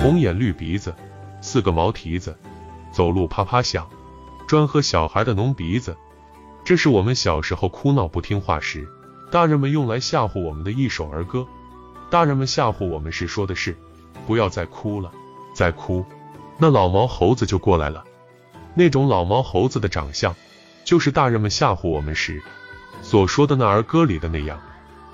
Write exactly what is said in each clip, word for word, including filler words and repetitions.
红眼绿鼻子，四个毛蹄子，走路啪啪响，专喝小孩的浓鼻子。这是我们小时候哭闹不听话时，大人们用来吓唬我们的一首儿歌。大人们吓唬我们时说的是，不要再哭了，再哭，那老毛猴子就过来了。那种老毛猴子的长相，就是大人们吓唬我们时所说的那儿歌里的那样。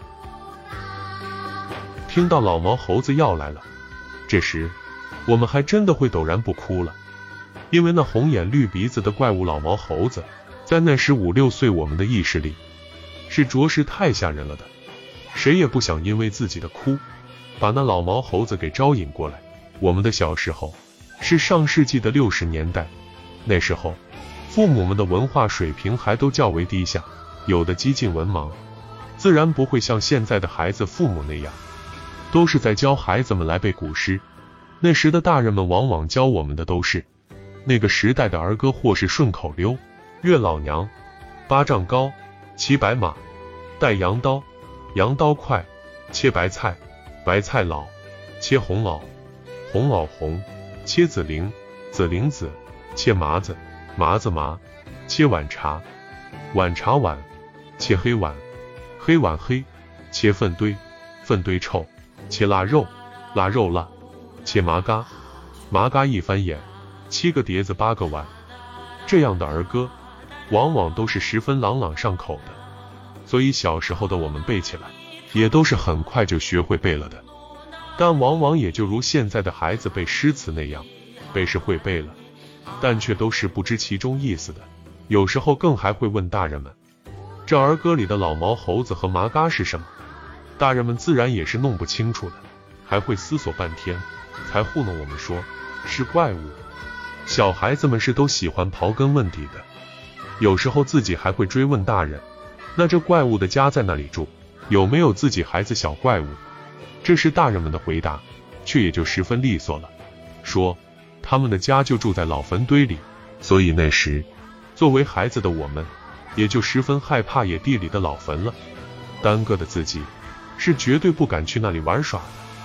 听到老毛猴子要来了，这时我们还真的会陡然不哭了，因为那红眼绿鼻子的怪物老毛猴子，在那时五六岁我们的意识里是着实太吓人了的，谁也不想因为自己的哭把那老毛猴子给招引过来。我们的小时候是上世纪的六十年代，那时候父母们的文化水平还都较为低下，有的激进文盲，自然不会像现在的孩子父母那样，都是在教孩子们来背古诗。那时的大人们往往教我们的都是那个时代的儿歌，或是顺口溜，岳老娘，八丈高，骑白马，带羊刀，羊刀快，切白菜，白菜老，切红袄，红袄红，切紫菱，紫菱紫，切麻子，麻子麻，切碗茶，碗茶碗，切黑碗，黑碗黑，切粪堆，粪堆臭，切腊肉，腊肉辣，切麻嘎，麻嘎一翻眼，七个碟子八个碗。这样的儿歌往往都是十分朗朗上口的，所以小时候的我们背起来也都是很快就学会背了的。但往往也就如现在的孩子背诗词那样，背是会背了，但却都是不知其中意思的，有时候更还会问大人们，这儿歌里的老毛猴子和麻嘎是什么？大人们自然也是弄不清楚的，还会思索半天才糊弄我们说是怪物。小孩子们是都喜欢刨根问底的，有时候自己还会追问大人，那这怪物的家在哪里住，有没有自己孩子小怪物？这时大人们的回答却也就十分利索了，说他们的家就住在老坟堆里。所以那时作为孩子的我们也就十分害怕野地里的老坟了，单个的自己是绝对不敢去那里玩耍的。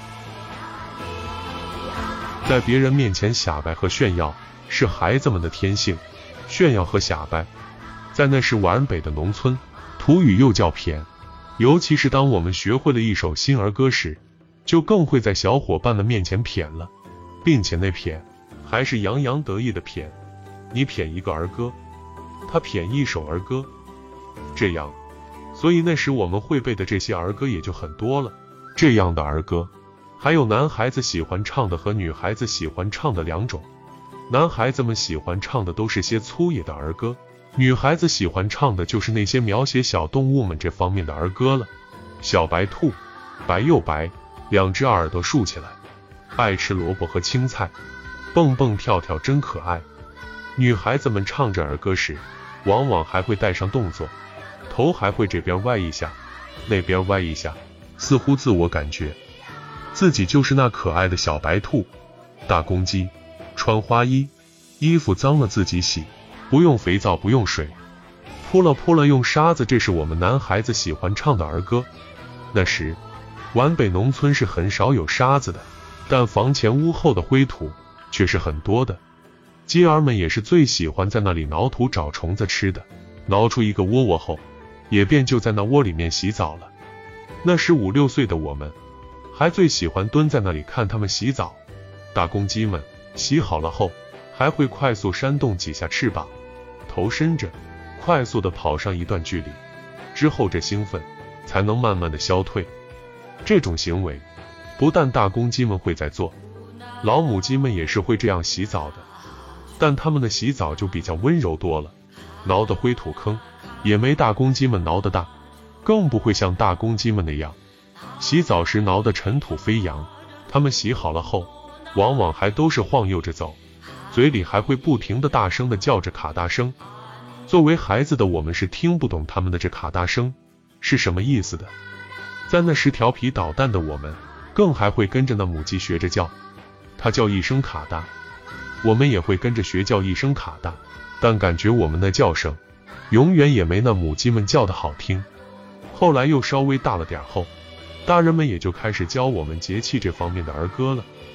在别人面前瞎掰和炫耀是孩子们的天性，炫耀和瞎掰在那时皖北的农村土语又叫谝，尤其是当我们学会了一首新儿歌时，就更会在小伙伴的面前谝了，并且那谝还是洋洋得意的谝。你谝一个儿歌，他谝一首儿歌，这样，所以那时我们会背的这些儿歌也就很多了。这样的儿歌还有男孩子喜欢唱的和女孩子喜欢唱的两种，男孩子们喜欢唱的都是些粗野的儿歌，女孩子喜欢唱的就是那些描写小动物们这方面的儿歌了。小白兔，白又白，两只耳朵竖起来，爱吃萝卜和青菜，蹦蹦跳跳真可爱。女孩子们唱着儿歌时，往往还会带上动作，头还会这边歪一下，那边歪一下，似乎自我感觉自己就是那可爱的小白兔。大公鸡，穿花衣，衣服脏了自己洗，不用肥皂不用水，扑了扑了用沙子，这是我们男孩子喜欢唱的儿歌。那时皖北农村是很少有沙子的，但房前屋后的灰土却是很多的，鸡儿们也是最喜欢在那里挠土找虫子吃的，挠出一个窝窝后，也便就在那窝里面洗澡了。那时五六岁的我们还最喜欢蹲在那里看他们洗澡。大公鸡们洗好了后，还会快速扇动几下翅膀，头伸着，快速地跑上一段距离，之后这兴奋才能慢慢地消退。这种行为不但大公鸡们会在做，老母鸡们也是会这样洗澡的，但它们的洗澡就比较温柔多了，挠的灰土坑也没大公鸡们挠的大，更不会像大公鸡们那样洗澡时挠的尘土飞扬。它们洗好了后，往往还都是晃悠着走，嘴里还会不停地大声地叫着卡大声。作为孩子的我们是听不懂他们的这卡大声是什么意思的，在那时调皮捣蛋的我们更还会跟着那母鸡学着叫，它叫一声卡大，我们也会跟着学叫一声卡大，但感觉我们的叫声永远也没那母鸡们叫的好听。后来又稍微大了点后，大人们也就开始教我们节气这方面的儿歌了。在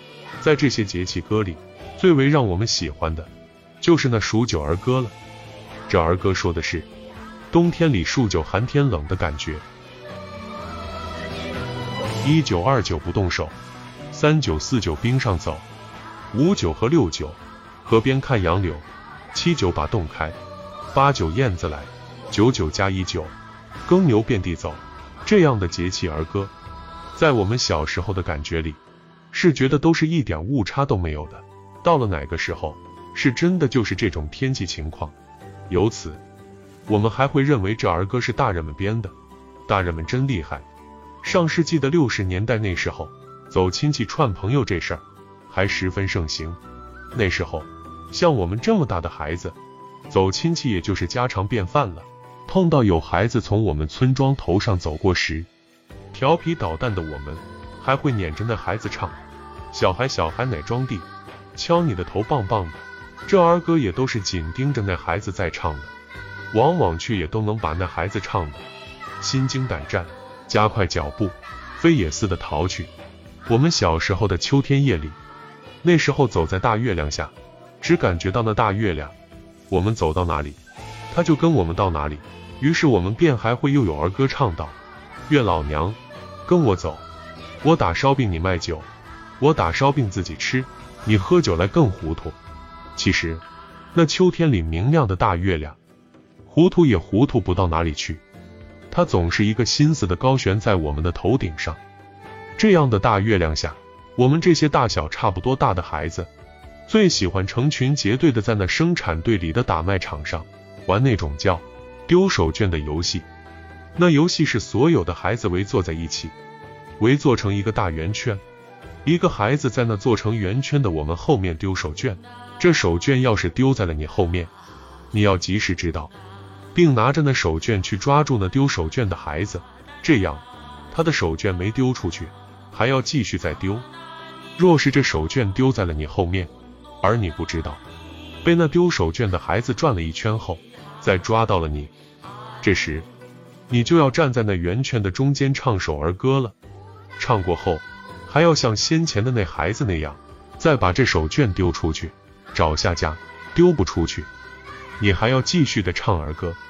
在这些节气歌里，最为让我们喜欢的，就是那数九儿歌了。这儿歌说的是冬天里数九寒天冷的感觉。一九二九不动手，三九四九冰上走，五九和六九河边看杨柳，七九把洞开，八九燕子来，九九加一九耕牛遍地走。这样的节气儿歌，在我们小时候的感觉里，是觉得都是一点误差都没有的。到了哪个时候，是真的就是这种天气情况。由此，我们还会认为这儿歌是大人们编的，大人们真厉害。上世纪的六十年代那时候，走亲戚串朋友这事儿还十分盛行。那时候，像我们这么大的孩子，走亲戚也就是家常便饭了。碰到有孩子从我们村庄头上走过时，调皮捣蛋的我们还会撵着那孩子唱：小孩小孩哪庄地，敲你的头棒棒的。这儿歌也都是紧盯着那孩子在唱的，往往却也都能把那孩子唱的心惊胆战，加快脚步，飞也似的逃去。我们小时候的秋天夜里，那时候走在大月亮下，只感觉到那大月亮，我们走到哪里，它就跟我们到哪里。于是我们便还会又有儿歌唱道：月老娘跟我走，我打烧饼你卖酒，我打烧饼自己吃，你喝酒来更糊涂。其实那秋天里明亮的大月亮，糊涂也糊涂不到哪里去，它总是一个心思的高悬在我们的头顶上。这样的大月亮下，我们这些大小差不多大的孩子，最喜欢成群结队的在那生产队里的打麦场上玩那种叫丢手绢的游戏。那游戏是所有的孩子围坐在一起，围坐成一个大圆圈，一个孩子在那做成圆圈的我们后面丢手绢。这手绢要是丢在了你后面，你要及时知道，并拿着那手绢去抓住那丢手绢的孩子，这样他的手绢没丢出去，还要继续再丢。若是这手绢丢在了你后面，而你不知道，被那丢手绢的孩子转了一圈后再抓到了你，这时你就要站在那圆圈的中间唱首儿歌了。唱过后还要像先前的那孩子那样，再把这手绢丢出去，找下家。丢不出去，你还要继续的唱儿歌。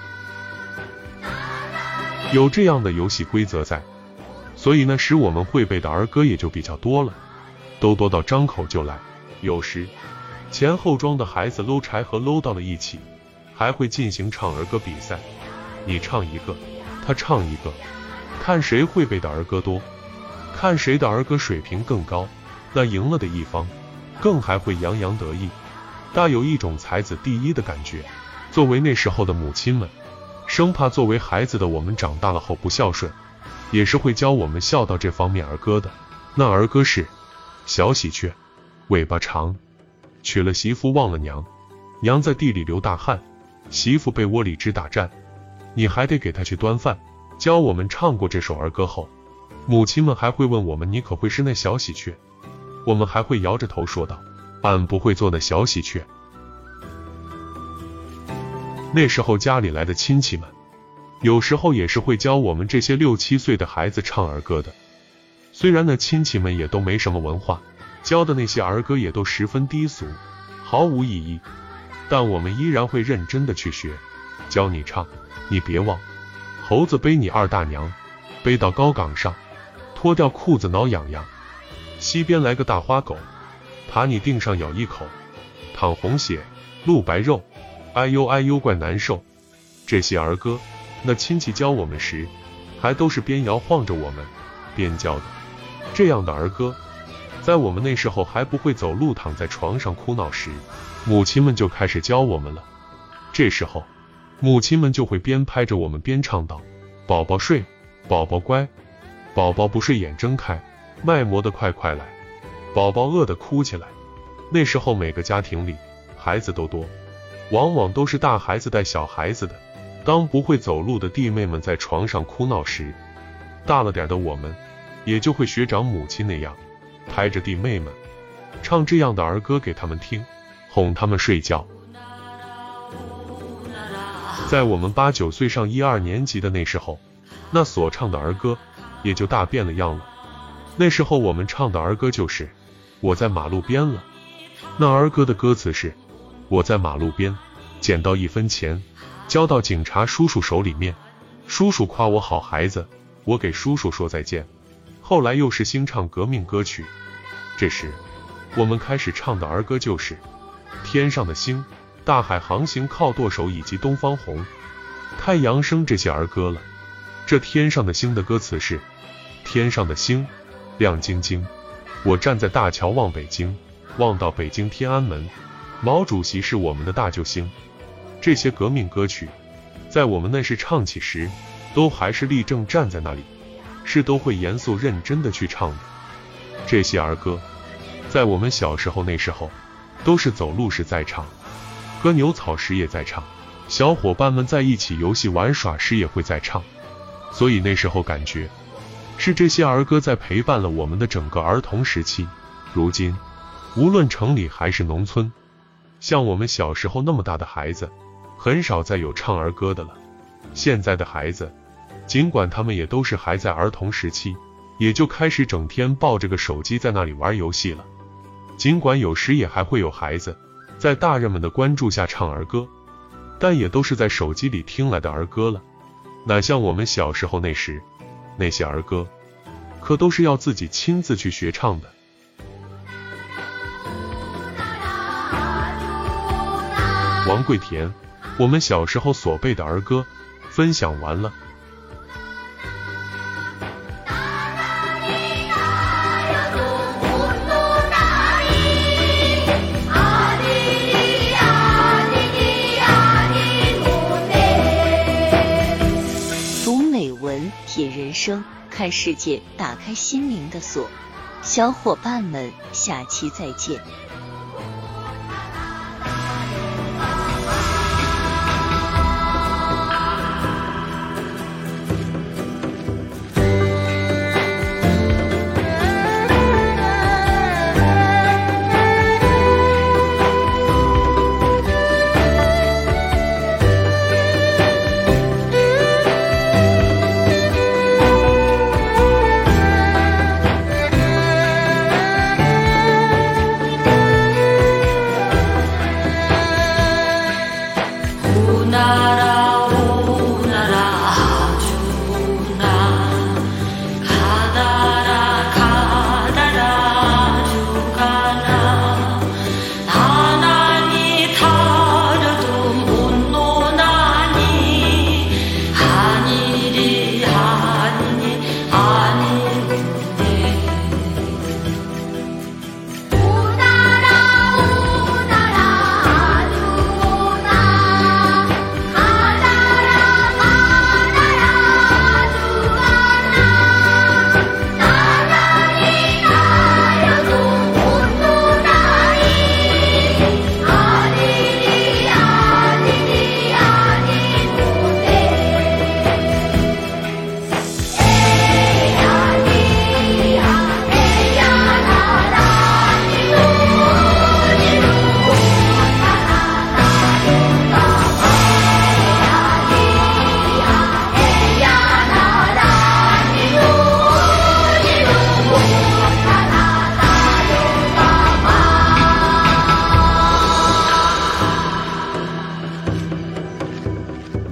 有这样的游戏规则在，所以呢使我们会背的儿歌也就比较多了，都多到张口就来。有时前后庄的孩子搂柴禾搂到了一起，还会进行唱儿歌比赛，你唱一个，他唱一个，看谁会背的儿歌多，看谁的儿歌水平更高，那赢了的一方更还会洋洋得意，大有一种才子第一的感觉。作为那时候的母亲们，生怕作为孩子的我们长大了后不孝顺，也是会教我们孝道这方面儿歌的。那儿歌是：小喜鹊尾巴长，娶了媳妇忘了娘，娘在地里流大汗，媳妇被窝里直打颤，你还得给她去端饭。教我们唱过这首儿歌后，母亲们还会问我们：你可会是那小喜鹊？我们还会摇着头说道：俺不会做那小喜鹊。那时候家里来的亲戚们，有时候也是会教我们这些六七岁的孩子唱儿歌的。虽然那亲戚们也都没什么文化，教的那些儿歌也都十分低俗，毫无意义，但我们依然会认真的去学。教你唱，你别忘，猴子背你二大娘，背到高岗上，脱掉裤子挠痒痒，西边来个大花狗，爬你腚上咬一口，淌红血，露白肉，哎呦哎呦怪难受。这些儿歌，那亲戚教我们时，还都是边摇晃着我们边教的。这样的儿歌，在我们那时候还不会走路躺在床上哭闹时，母亲们就开始教我们了。这时候母亲们就会边拍着我们边唱道：宝宝睡，宝宝乖，宝宝不睡眼睁开，卖馍的快快来，宝宝饿得哭起来。那时候每个家庭里孩子都多，往往都是大孩子带小孩子的。当不会走路的弟妹们在床上哭闹时，大了点的我们也就会学长母亲那样，拍着弟妹们唱这样的儿歌给他们听，哄他们睡觉。在我们八九岁上一二年级的那时候，那所唱的儿歌也就大变了样了。那时候我们唱的儿歌就是： 我在马路边了。那儿歌的歌词是：我在马路边捡到一分钱，交到警察叔叔手里面，叔叔夸我好孩子，我给叔叔说再见。后来又是新唱革命歌曲，这时我们开始唱的儿歌就是天上的星、大海航行靠舵手以及东方红、太阳升这些儿歌了。这天上的星的歌词是：天上的星亮晶晶，我站在大桥望北京，望到北京天安门，毛主席是我们的大救星。这些革命歌曲在我们那时唱起时，都还是立正站在那里，是都会严肃认真的去唱的。这些儿歌在我们小时候那时候都是走路时在唱，割牛草时也在唱，小伙伴们在一起游戏玩耍时也会在唱。所以那时候感觉是这些儿歌在陪伴了我们的整个儿童时期。如今无论城里还是农村，像我们小时候那么大的孩子很少再有唱儿歌的了。现在的孩子尽管他们也都是还在儿童时期，也就开始整天抱着个手机在那里玩游戏了。尽管有时也还会有孩子在大人们的关注下唱儿歌，但也都是在手机里听来的儿歌了。哪像我们小时候那时，那些儿歌可都是要自己亲自去学唱的。王贵田，我们小时候所背的儿歌分享完了。 品人生，看世界，打开心灵的锁。小伙伴们，下期再见。